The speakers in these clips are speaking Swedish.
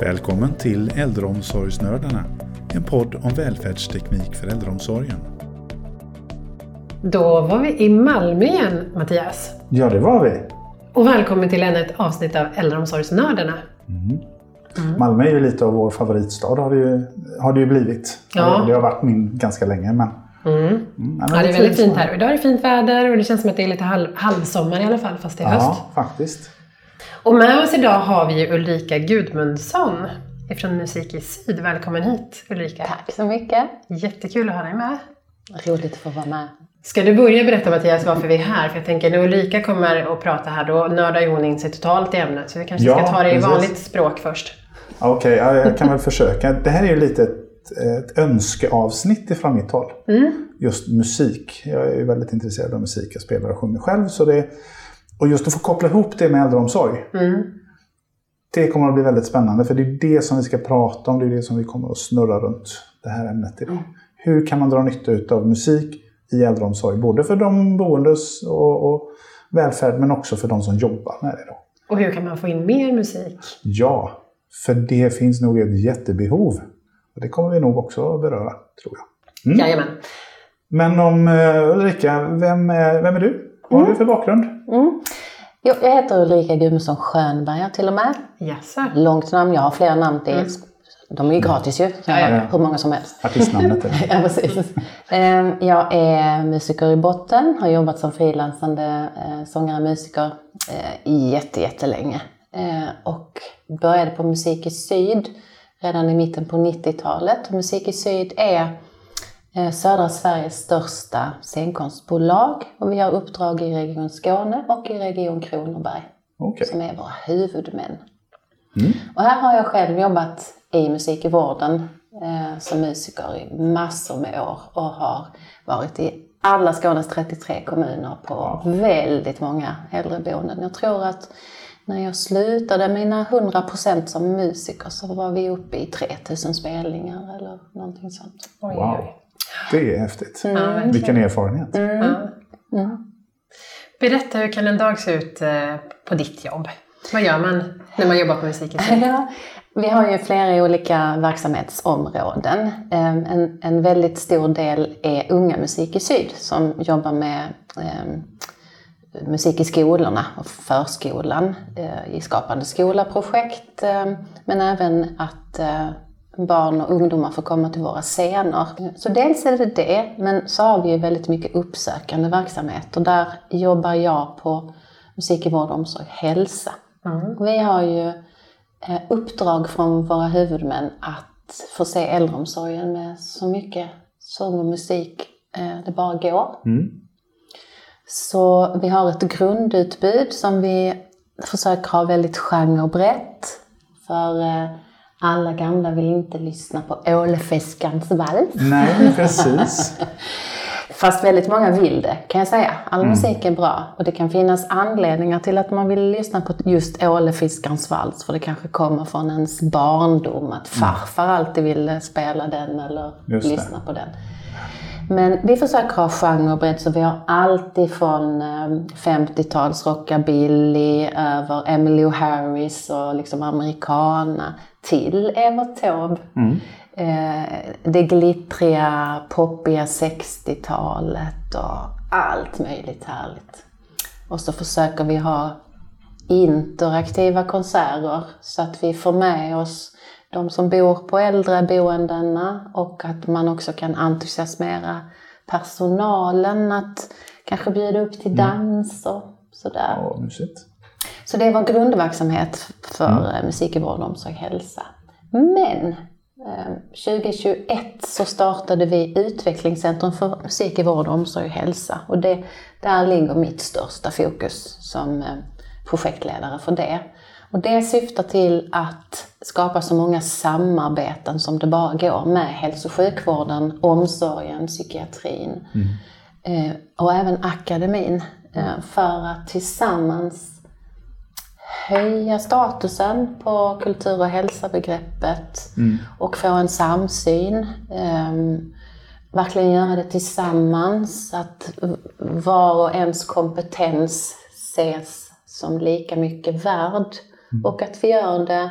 Välkommen till Äldreomsorgsnördarna, en podd om välfärdsteknik för äldreomsorgen. Då var vi i Malmö igen, Mattias. Ja, det var vi. Och välkommen till ännu ett avsnitt av Äldreomsorgsnördarna. Malmö är ju lite av vår favoritstad, har det ju blivit. Ja. Det har varit min ganska länge, men... Ja, det är väldigt fint här. Idag är det fint väder och det känns som att det är lite halvsommar i alla fall, fast det är höst. Ja, faktiskt. Och med oss idag har vi ju Ulrika Gudmundsson från Musik i Syd. Välkommen hit, Ulrika. Tack så mycket. Jättekul att ha dig med. Roligt att få vara med. Ska du börja berätta, Mattias, varför vi är här? För jag tänker, när Ulrika kommer att prata här, då nördar hon in sig totalt i ämnet. Så vi kanske ska ta det i vanligt språk först. Okej, jag kan väl försöka. Det här är ju lite ett önskeavsnitt ifrån mitt håll. Just musik. Jag är ju väldigt intresserad av musik. Jag spelar och sjunger själv. Och just att få koppla ihop det med äldreomsorg. Det kommer att bli väldigt spännande. För det är det som vi ska prata om. Det är det som vi kommer att snurra runt det här ämnet idag. Hur kan man dra nytta av musik i äldreomsorg? Både för de boendes och välfärd, men också för de som jobbar med det då. Och hur kan man få in mer musik? Ja, för det finns nog ett jättebehov. Och det kommer vi nog också att beröra, tror jag. Jajamän. Men om Ulrika, vem är du? Vad har du för bakgrund? Jo, jag heter Ulrika Gudmundsson Schönberg till och med. Yes. Långt namn, jag har flera namn. De är ju gratis ju, hur många som helst. Artistnamnet. Ja, precis. Jag är musiker i botten, har jobbat som frilansande sångare och musiker jättelänge. Och började på Musik i Syd redan i mitten på 90-talet. Musik i Syd är södra Sveriges största scenkonstbolag. Och vi har uppdrag i Region Skåne och i Region Kronoberg. Som är våra huvudmän. Och här har jag själv jobbat i musik i vården som musiker i massor med år. Och har varit i alla Skånes 33 kommuner på väldigt många äldreboenden. Jag tror att när jag slutade mina 100% som musiker så var vi uppe i 3000 spelningar eller någonting sånt. Wow, det är häftigt. Vilken erfarenhet. Berätta, hur kan en dag se ut på ditt jobb? Vad gör man när man jobbar på Musik i Syd? Vi har ju flera olika verksamhetsområden. En väldigt stor del är Unga Musik i Syd som jobbar med musik i skolorna och förskolan i Skapande skola-projekt. Men även att barn och ungdomar får komma till våra scener. Så dels är det, men så har vi ju väldigt mycket uppsökande verksamhet. Och där jobbar jag på Musik i vård, omsorg, hälsa. Vi har ju uppdrag från våra huvudmän att förse äldreomsorgen med så mycket sång och musik det bara går. Så vi har ett grundutbud som vi försöker ha väldigt genrebrett. För alla gamla vill inte lyssna på Ålefeskans vals. Nej, precis. Fast väldigt många vill det, kan jag säga. All musik är bra. Och det kan finnas anledningar till att man vill lyssna på just Ålefiskans vals. För det kanske kommer från ens barndom. Att farfar alltid ville spela den eller lyssna på den. Men vi försöker ha genrebredd, så vi har alltid från 50-tals rockabilly över Emmylou Harris och liksom americana till Evert Taube. Det glittriga, poppiga 60-talet och allt möjligt härligt. Och så försöker vi ha interaktiva konserter så att vi får med oss de som bor på äldreboendena och att man också kan entusiasmera personalen att kanske bjuda upp till dans och sådär. Ja, mysigt. Så det var grundverksamhet för musik i vård, omsorg, hälsa. Men 2021 så startade vi Utvecklingscentrum för musik i vård, omsorg och hälsa. Och där ligger mitt största fokus som projektledare för det. Och det syftar till att skapa så många samarbeten som det bara går med hälso- och sjukvården, omsorgen, psykiatrin och även akademin. För att tillsammans höja statusen på kultur- och hälsobegreppet och få en samsyn. Verkligen göra det tillsammans, att var och ens kompetens ses som lika mycket värd. Och att vi gör det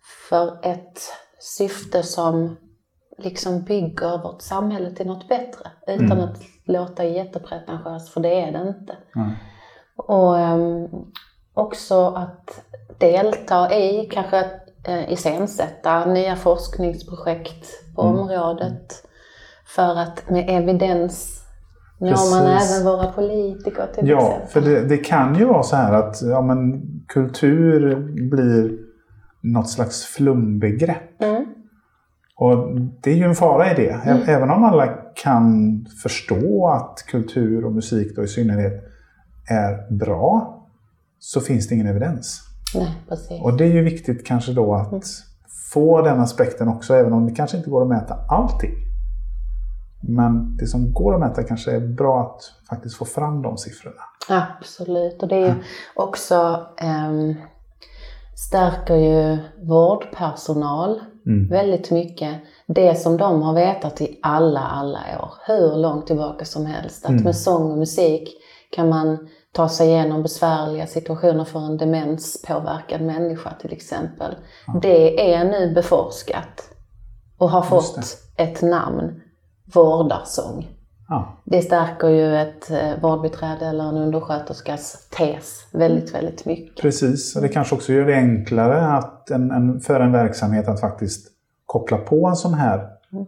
för ett syfte som liksom bygger vårt samhälle till något bättre. Utan att låta jättepretentiöst, för det är det inte. Och också att delta i, kanske iscensätta nya forskningsprojekt på området. För att med evidens når man även våra politiker till exempel. Ja, för det kan ju vara så här att kultur blir något slags flumbegrepp. Och det är ju en fara i det. Även om alla kan förstå att kultur och musik då i synnerhet är bra, så finns det ingen evidens. Nej, precis. Och det är ju viktigt kanske då att få den aspekten också, även om det kanske inte går att mäta allting. Men det som går att mäta kanske är bra att faktiskt få fram de siffrorna. Absolut, och det är ju också stärker ju vårdpersonal väldigt mycket. Det som de har vetat i alla år, hur långt tillbaka som helst. Att med sång och musik kan man ta sig igenom besvärliga situationer för en demenspåverkad människa till exempel. Det är nu beforskat och har fått ett namn, vårdarsång. Det stärker ju ett vårdbiträde eller en undersköterskas tes väldigt, väldigt mycket. Precis, och det kanske också gör det enklare att för en verksamhet att faktiskt koppla på en sån här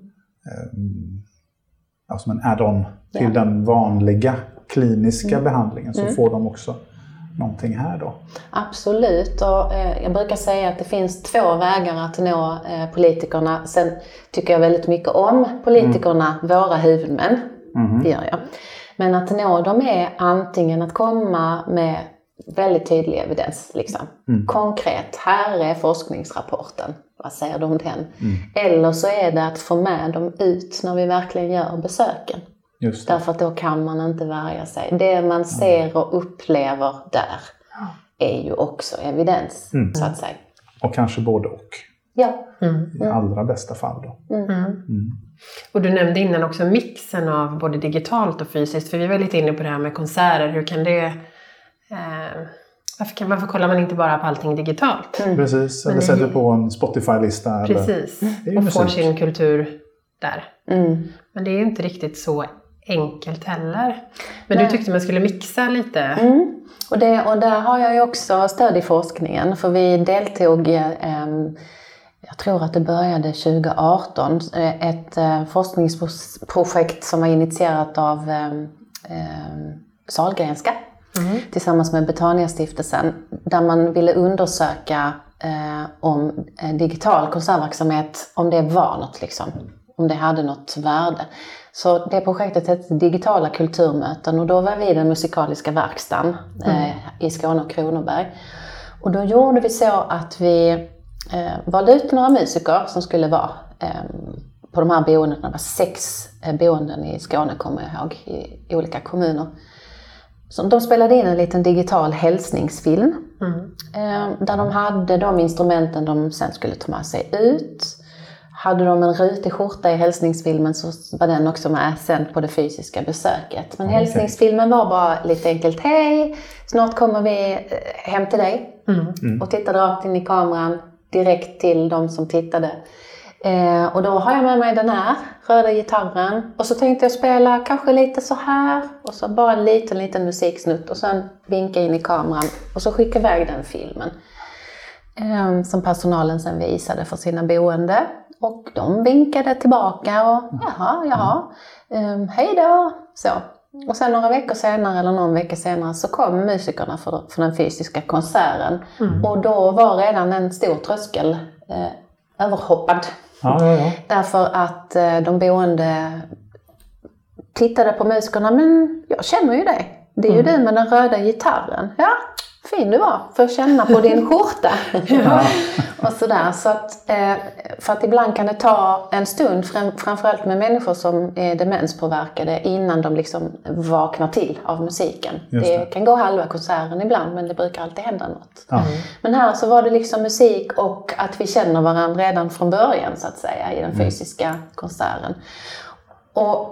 som en add-on till den vanliga kliniska behandlingen, så får de också någonting här då. Absolut, och jag brukar säga att det finns 2 vägar att nå politikerna. Sen tycker jag väldigt mycket om politikerna, våra huvudmän, det gör jag. Men att nå dem är antingen att komma med väldigt tydlig evidens, liksom. Konkret, här är forskningsrapporten, vad säger de om den? Eller så är det att få med dem ut när vi verkligen gör besöken. Just det. Därför att då kan man inte värja sig. Det man ser och upplever där är ju också evidens, så att säga. Och kanske både och. Ja. I allra bästa fall då. Och du nämnde innan också mixen av både digitalt och fysiskt. För vi var lite inne på det här med konserter. Hur kan det... Varför kollar man inte bara på allting digitalt? Precis, eller sätter på en Spotify-lista. Precis, eller, och får sin kultur där. Men det är ju inte riktigt så enkelt heller. Men du tyckte man skulle mixa lite. Och där har jag ju också stöd i forskningen. För vi deltog, jag tror att det började 2018, ett forskningsprojekt som var initierat av Sahlgrenska. Tillsammans med Betania-stiftelsen, där man ville undersöka om digital konsertverksamhet, om det var något liksom, om det hade något värde. Så det projektet hette Digitala kulturmöten, och då var vi den musikaliska verkstaden i Skåne och Kronoberg. Och då gjorde vi så att vi valde ut några musiker som skulle vara på de här boendena. Det var 6 boenden i Skåne, kommer jag ihåg, i olika kommuner. Så de spelade in en liten digital hälsningsfilm där de hade de instrumenten de sen skulle ta med sig ut. Hade de en rutig skjorta i hälsningsfilmen, så var den också med sen på det fysiska besöket. Men hälsningsfilmen var bara lite enkelt: hej, snart kommer vi hem till dig. Och tittade rakt in i kameran, direkt till de som tittade. Och då har jag med mig den här röda gitarren, och så tänkte jag spela kanske lite så här, och så bara en liten musiksnutt, och sen vinka in i kameran och så skicka iväg den filmen som personalen sen visade för sina boende. Och de vinkade tillbaka och jaha, hej då, så. Och sen några veckor senare, eller någon vecka senare, så kom musikerna för den fysiska konserten. Och då var redan en stor tröskel överhoppad. Ja. Därför att de boende tittade på musikerna: men jag känner ju dig. Det är ju du med den röda gitarren. Ja, fin du var, för att känna på din skjorta. Och sådär. Så att, för att ibland kan det ta en stund, framförallt med människor som är demenspåverkade, innan de liksom vaknar till av musiken. Det kan gå halva konserten ibland, men det brukar alltid hända något. Men här så var det liksom musik och att vi känner varandra redan från början, så att säga, i den fysiska konserten. Och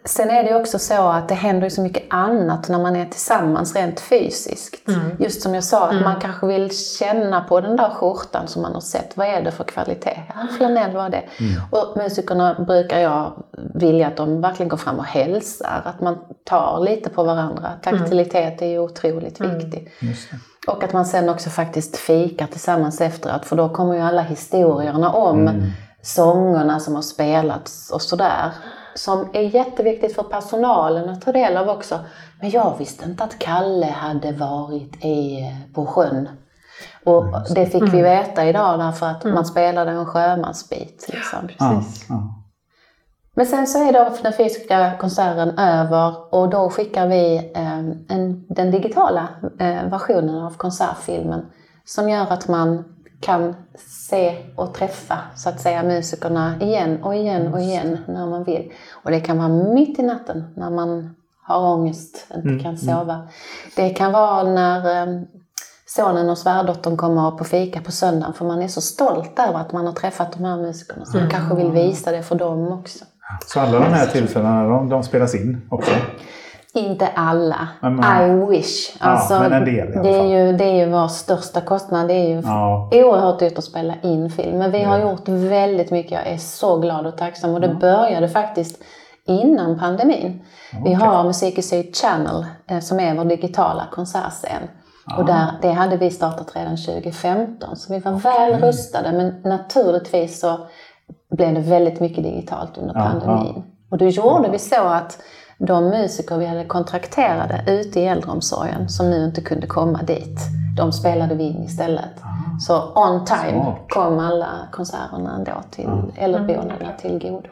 sen är det också så att det händer ju så mycket annat när man är tillsammans rent fysiskt. Just som jag sa, att man kanske vill känna på den där skjortan som man har sett. Vad är det för kvalitet? Ja, flanell var det. Och musikerna brukar jag vilja att de verkligen går fram och hälsar. Att man tar lite på varandra. Taktilitet är ju otroligt viktigt. Just det. Och att man sen också faktiskt fikar tillsammans efteråt. För då kommer ju alla historierna om sångerna som har spelats och sådär. Som är jätteviktigt för personalen att ta del av också. Men jag visste inte att Kalle hade varit på sjön. Och det fick vi veta idag därför att man spelade en sjömansbit. Liksom. Precis. Men sen så är då den fysiska konserten över och då skickar vi den digitala versionen av konsertfilmen som gör att man kan se och träffa så att säga musikerna igen och igen och igen när man vill. Och det kan vara mitt i natten när man har ångest, inte kan sova. Det kan vara när sonen och svärdottern kommer på fika på söndagen för man är så stolt över att man har träffat de här musikerna så man kanske vill visa det för dem också. Så alla de här tillfällena, de spelas in också? Inte alla. I wish. Alltså, men en del i alla fall. Det är ju vår största kostnad. Det är ju oerhört dyrt att spela in film. Men vi har gjort väldigt mycket. Jag är så glad och tacksam. Och det började faktiskt innan pandemin. Vi har Musik i Syd Channel som är vår digitala konsertscen. Och det hade vi startat redan 2015. Så vi var väl rustade. Men naturligtvis så blev det väldigt mycket digitalt under pandemin. Och då gjorde vi så att de musiker vi hade kontrakterade ute i äldreomsorgen som nu inte kunde komma dit, de spelade vi in istället. Så on time kom alla konserterna ändå till äldreboendena till godo.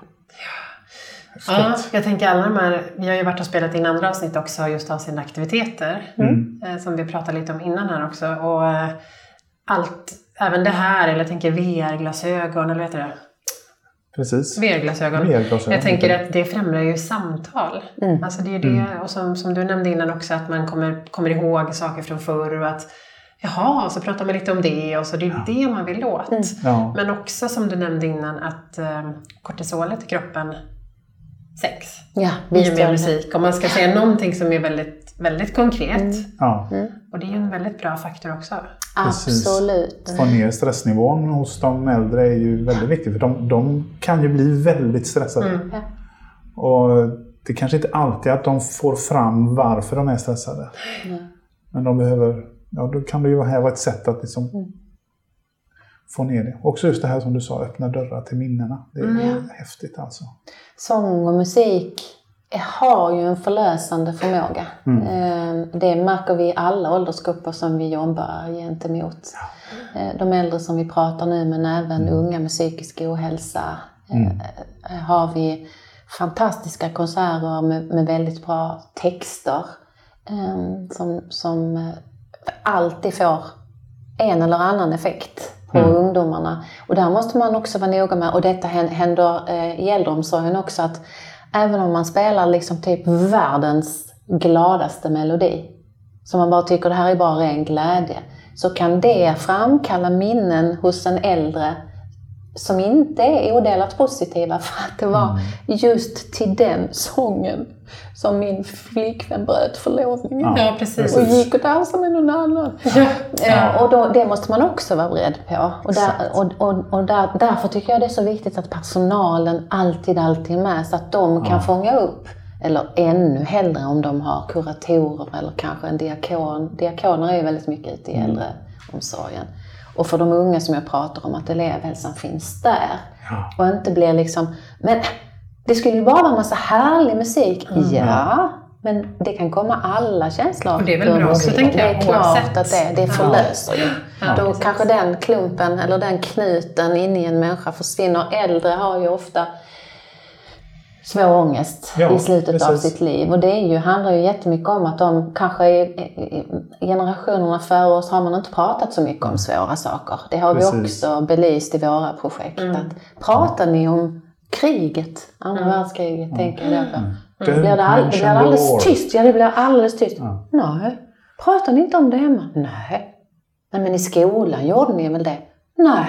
Ja, jag tänker alla de här, vi har ju varit och spelat in andra avsnitt också just av sina aktiviteter som vi pratade lite om innan här också och allt, även det här, eller jag tänker VR-glasögon eller vad heter det? Precis. VR-glasögon. Jag tänker att det främjar ju samtal. Alltså det är det, och som du nämnde innan också, att man kommer ihåg saker från förr och att jaha, så pratar man lite om det och så det är det man vill åt. Men också som du nämnde innan att kortisolet i kroppen sänks. Ja, i och med musik. Om man ska säga någonting som är väldigt, väldigt konkret. Och det är ju en väldigt bra faktor också. Absolut. Få ner stressnivån hos de äldre är ju väldigt viktigt. För de kan ju bli väldigt stressade. Och det är kanske inte alltid att de får fram varför de är stressade. Men de behöver, då kan det ju vara ett sätt att liksom få ner det. Också just det här som du sa, öppna dörrar till minnena. Det är häftigt alltså. Sång och musik har ju en förlösande förmåga. Det märker vi i alla åldersgrupper som vi jobbar gentemot. De äldre som vi pratar nu, men även unga med psykisk ohälsa. Har vi fantastiska konserter med väldigt bra texter. Som alltid får en eller annan effekt på ungdomarna. Och där måste man också vara noga med, och detta händer i äldreomsorgen också, att även om man spelar liksom typ världens gladaste melodi, som man bara tycker det här är bara ren glädje, så kan det framkalla minnen hos en äldre som inte är odelat positiva, för att det var just till den sången som min flickvän bröt förlovningen. Ja, precis. Och gick och dansade med någon annan. Och då, det måste man också vara beredd på. Och därför tycker jag det är så viktigt att personalen alltid är med, så att de kan fånga upp, eller ännu hellre om de har kuratorer eller kanske en diakon. Diakoner är ju väldigt mycket ute i äldreomsorgen. Och för de unga som jag pratar om, att elevhälsan finns där. Och inte blir liksom, men det skulle ju bara vara en massa härlig musik. Ja, men det kan komma alla känslor. Och det är väl bra också, tänker jag. Det är klart att det förlöser ju. Då kanske den klumpen eller den knuten in i en människa försvinner. Äldre har ju ofta svår ångest i slutet av sitt liv. Och det handlar ju jättemycket om att de kanske i generationerna före oss har man inte pratat så mycket om svåra saker. Det har vi också belyst i våra projekt. Att pratar ni om kriget, andra världskriget, tänker jag då. Blir det alldeles tyst? Ja, det blir alldeles tyst. Nej. Pratar ni inte om det hemma? Nej. Men i skolan gjorde ni väl det? Nej.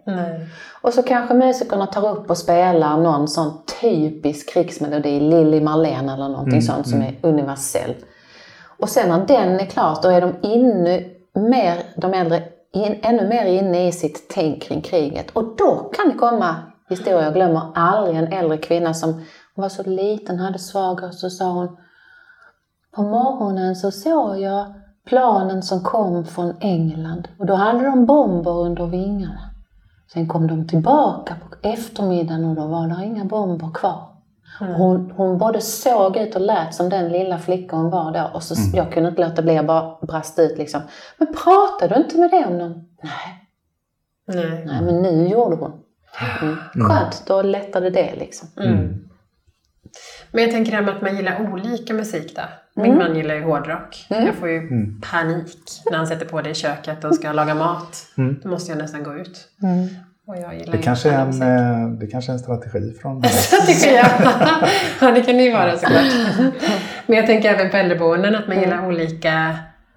Nej. Och så kanske musikerna tar upp och spelar någon sån typisk krigsmelodi, Lili Marlene eller någonting sånt som är universell. Och sen när den är klar, då är de äldre ännu mer inne i sitt tänk kring kriget. Och då kan det komma historier. Jag glömmer aldrig en äldre kvinna som hon var så liten, hade svag röst, så sa hon: på morgonen så såg jag planen som kom från England. Och då hade de bomber under vingarna. Sen kom de tillbaka på eftermiddagen och då var det inga bomber kvar. Hon både såg ut och lät som den lilla flickan hon var då. Och så jag kunde inte låta bli, jag bara brast ut liksom. Men pratade du inte med det om någon? Nej, men nu gjorde hon. Skönt, då lättade det liksom. Men jag tänker med att man gillar olika musik då. Min man gillar ju hårdrock. Jag får ju panik när han sätter på det i köket och ska laga mat. Då måste jag nästan gå ut. Och jag gillar det kanske är en strategi från det. Tycker jag. Ja, det kan det ju vara såklart. Men jag tänker även på äldreboenden att man gillar olika.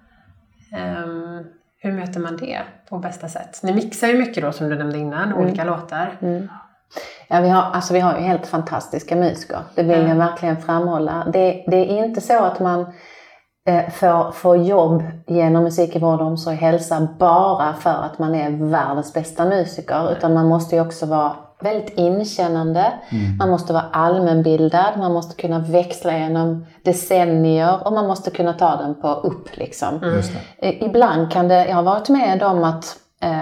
Hur möter man det på bästa sätt? Ni mixar ju mycket då, som du nämnde innan, olika låtar. Ja, vi har ju helt fantastiska musiker. Det vill jag verkligen framhålla. Det är inte så att man får jobb genom musik i vård och omsorg hälsa bara för att man är världens bästa musiker. Utan man måste ju också vara väldigt inkännande. Man måste vara allmänbildad. Man måste kunna växla genom decennier. Och man måste kunna ta den på upp liksom. Ibland kan det, jag har varit med om att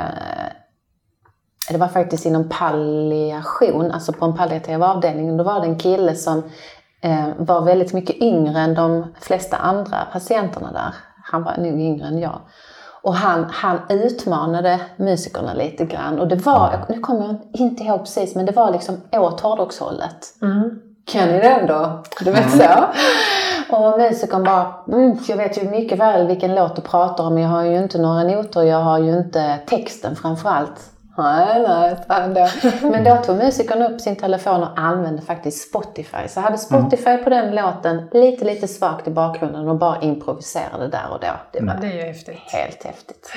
det var faktiskt inom palliation, alltså på en palliativ avdelning. Då var det en kille som var väldigt mycket yngre än de flesta andra patienterna där. Han var nog yngre än jag. Och han utmanade musikerna lite grann. Och det var, nu kommer jag inte ihåg precis, men det var liksom åt hårdrockshållet. Kan ni den då? Du vet så. Och musikern bara, jag vet ju mycket väl vilken låt du pratar om. Jag har ju inte några noter, jag har ju inte texten framförallt. Nej, fan då. Men då tog musikern upp sin telefon och använde faktiskt Spotify. Så hade Spotify på den låten lite svagt i bakgrunden och bara improviserade där och då. Det är ju häftigt. Helt häftigt.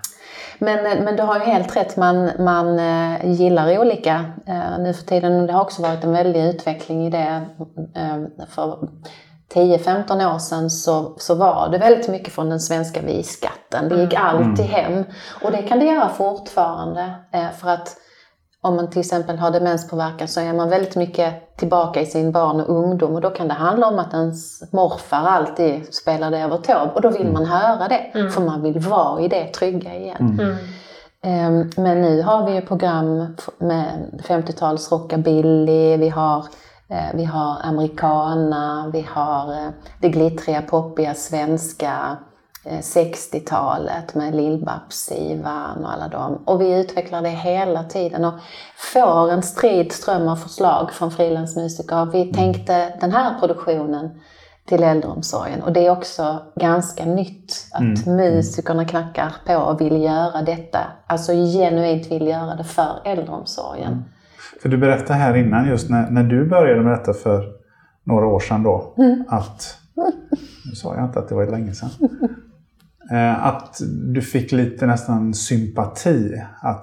Men du har ju helt rätt, man gillar olika nu för tiden. Det har också varit en väldig utveckling i det. För 10-15 år sedan så var det väldigt mycket från den svenska visskatten. Det gick alltid hem. Och det kan det göra fortfarande. För att om man till exempel har demenspåverkan så är man väldigt mycket tillbaka i sin barn och ungdom. Och då kan det handla om att ens morfar alltid spelade över tåg. Och då vill man höra det. För man vill vara i det trygga igen. Men nu har vi ju program med 50-tals rockabilly. Vi har americana, vi har det glittriga, poppiga svenska 60-talet med Lill-Babs, Ivan och alla dem. Och vi utvecklar det hela tiden och får en ström av förslag från frilansmusiker. Vi tänkte den här produktionen till äldreomsorgen. Och det är också ganska nytt att musikerna knackar på och vill göra detta. Alltså genuint vill göra det för äldreomsorgen. För du berättade här innan, just när du började med detta för några år sedan då, att, nu sa jag inte att det var länge sedan, att du fick lite nästan sympati, att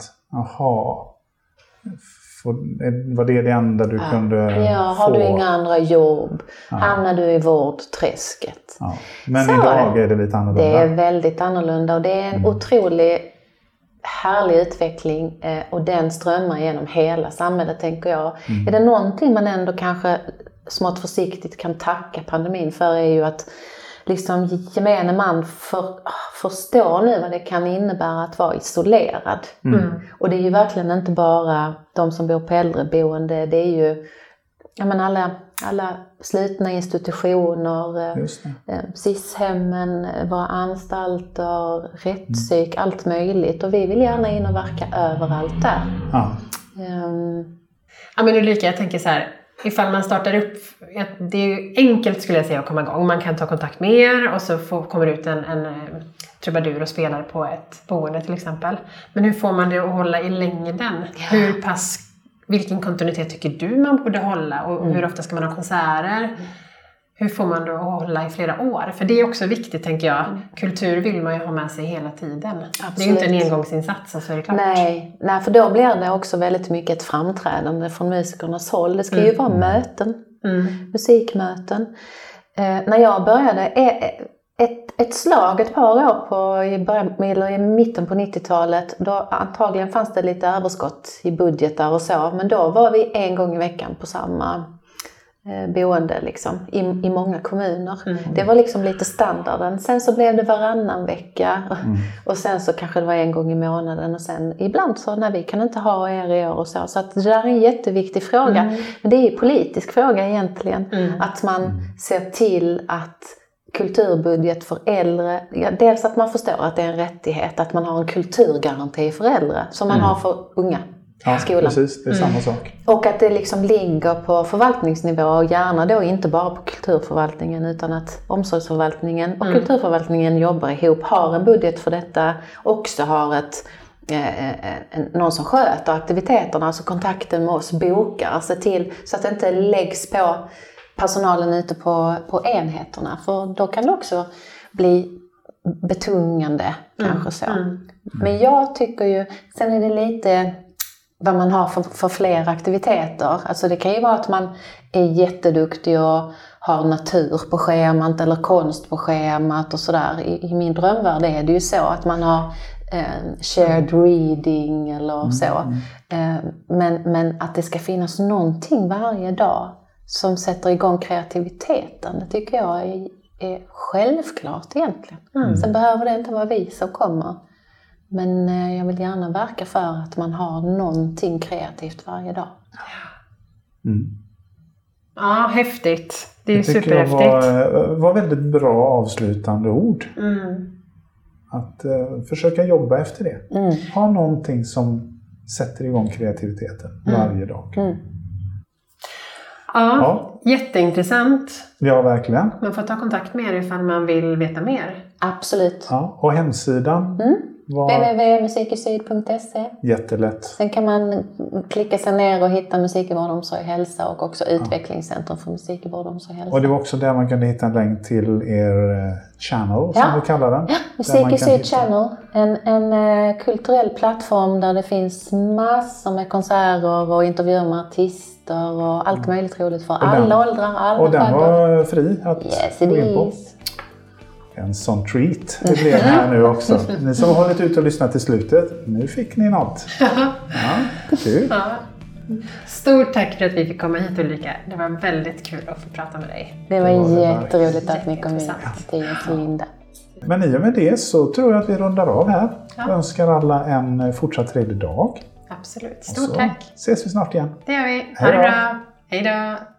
var det enda du kunde få? Ja, har du inga andra jobb? Hamnar du i vårdträsket? Ja. Men idag är det lite annorlunda. Det är väldigt annorlunda och det är en otrolig härlig utveckling och den strömmar genom hela samhället, tänker jag. Är det någonting man ändå kanske smått försiktigt kan tacka pandemin för, är ju att liksom gemene man förstår nu vad det kan innebära att vara isolerad. Och det är ju verkligen inte bara de som bor på äldreboende, det är ju alla slutna institutioner, SIS-hemmen, våra anstalter, rättspsyk, allt möjligt. Och vi vill gärna in och verka överallt där. Ja, men Ulrika, jag tänker så här, ifall man startar upp, det är ju enkelt skulle jag säga att komma igång. Man kan ta kontakt med er och så kommer ut en trubadur och spelar på ett boende till exempel. Men hur får man det att hålla i längden? Vilken kontinuitet tycker du man borde hålla? Och hur ofta ska man ha konserter? hur får man då hålla i flera år? För det är också viktigt, tänker jag. Kultur vill man ju ha med sig hela tiden. Absolut. Det är ju inte en engångsinsats, så är det klart. Nej, för då blir det också väldigt mycket ett framträdande från musikernas håll. Det ska ju vara möten, musikmöten. När jag började, ett par år i mitten på 90-talet, då antagligen fanns det lite överskott i budgetar och så. Men då var vi en gång i veckan på samma boende liksom, i många kommuner. Det var liksom lite standarden. Sen så blev det varannan vecka och sen så kanske det var en gång i månaden och sen ibland så när vi kan inte ha er i år och så. Så att det där är en jätteviktig fråga. Men det är en politisk fråga egentligen. Att man ser till att kulturbudget för äldre, dels att man förstår att det är en rättighet, att man har en kulturgaranti för äldre som man har för unga. Ja, skolan. Precis, det är samma sak. Och att det liksom ligger på förvaltningsnivå och gärna då inte bara på kulturförvaltningen utan att omsorgsförvaltningen och kulturförvaltningen jobbar ihop, har en budget för detta, också har någon som sköter aktiviteterna, alltså kontakten med oss bokar, se till så att det inte läggs på personalen ute på enheterna, för då kan det också bli betungande kanske så. Men jag tycker ju, sen är det lite vad man har för fler aktiviteter. Alltså det kan ju vara att man är jätteduktig och har natur på schemat eller konst på schemat och sådär. I min drömvärld är det ju så att man har shared reading eller så. Men att det ska finnas någonting varje dag som sätter igång kreativiteten, det tycker jag är självklart egentligen. Sen behöver det inte vara vi som kommer. Men jag vill gärna verka för att man har någonting kreativt varje dag. Ja, häftigt. Det är ju superhäftigt. Det var väldigt bra avslutande ord. Att försöka jobba efter det. Ha någonting som sätter igång kreativiteten varje dag. Ja, jätteintressant. Ja, verkligen. Man får ta kontakt med er ifall man vill veta mer. Absolut. Ja, och hemsidan? www.musiksysyd.se. Jättelätt. Sen kan man klicka sig ner och hitta Musik i vård, omsorg och hälsa och också Utvecklingscentrum för musik i vård, omsorg och hälsa. Och det var också där man kunde hitta en länk till er channel som vi kallar den. Ja, Musik i Syd Channel. En kulturell plattform där det finns massor med konserter och intervjuer med artister och allt möjligt roligt för alla åldrar, alla och den fagor. Var fri att gå in på. En sån treat det blev här nu också. Ni som har hållit ut och lyssnat till slutet, nu fick ni något. Ja, kul. Ja. Stort tack för att vi fick komma hit, Ulrika. Det var väldigt kul att få prata med dig. Det var jätteroligt att ni kom hit till Linda. Men i och med det så tror jag att vi rundar av här. Jag önskar alla en fortsatt trevlig dag. Absolut. Stort tack. Ses vi snart igen. Det gör vi. Ha det bra. Hej då.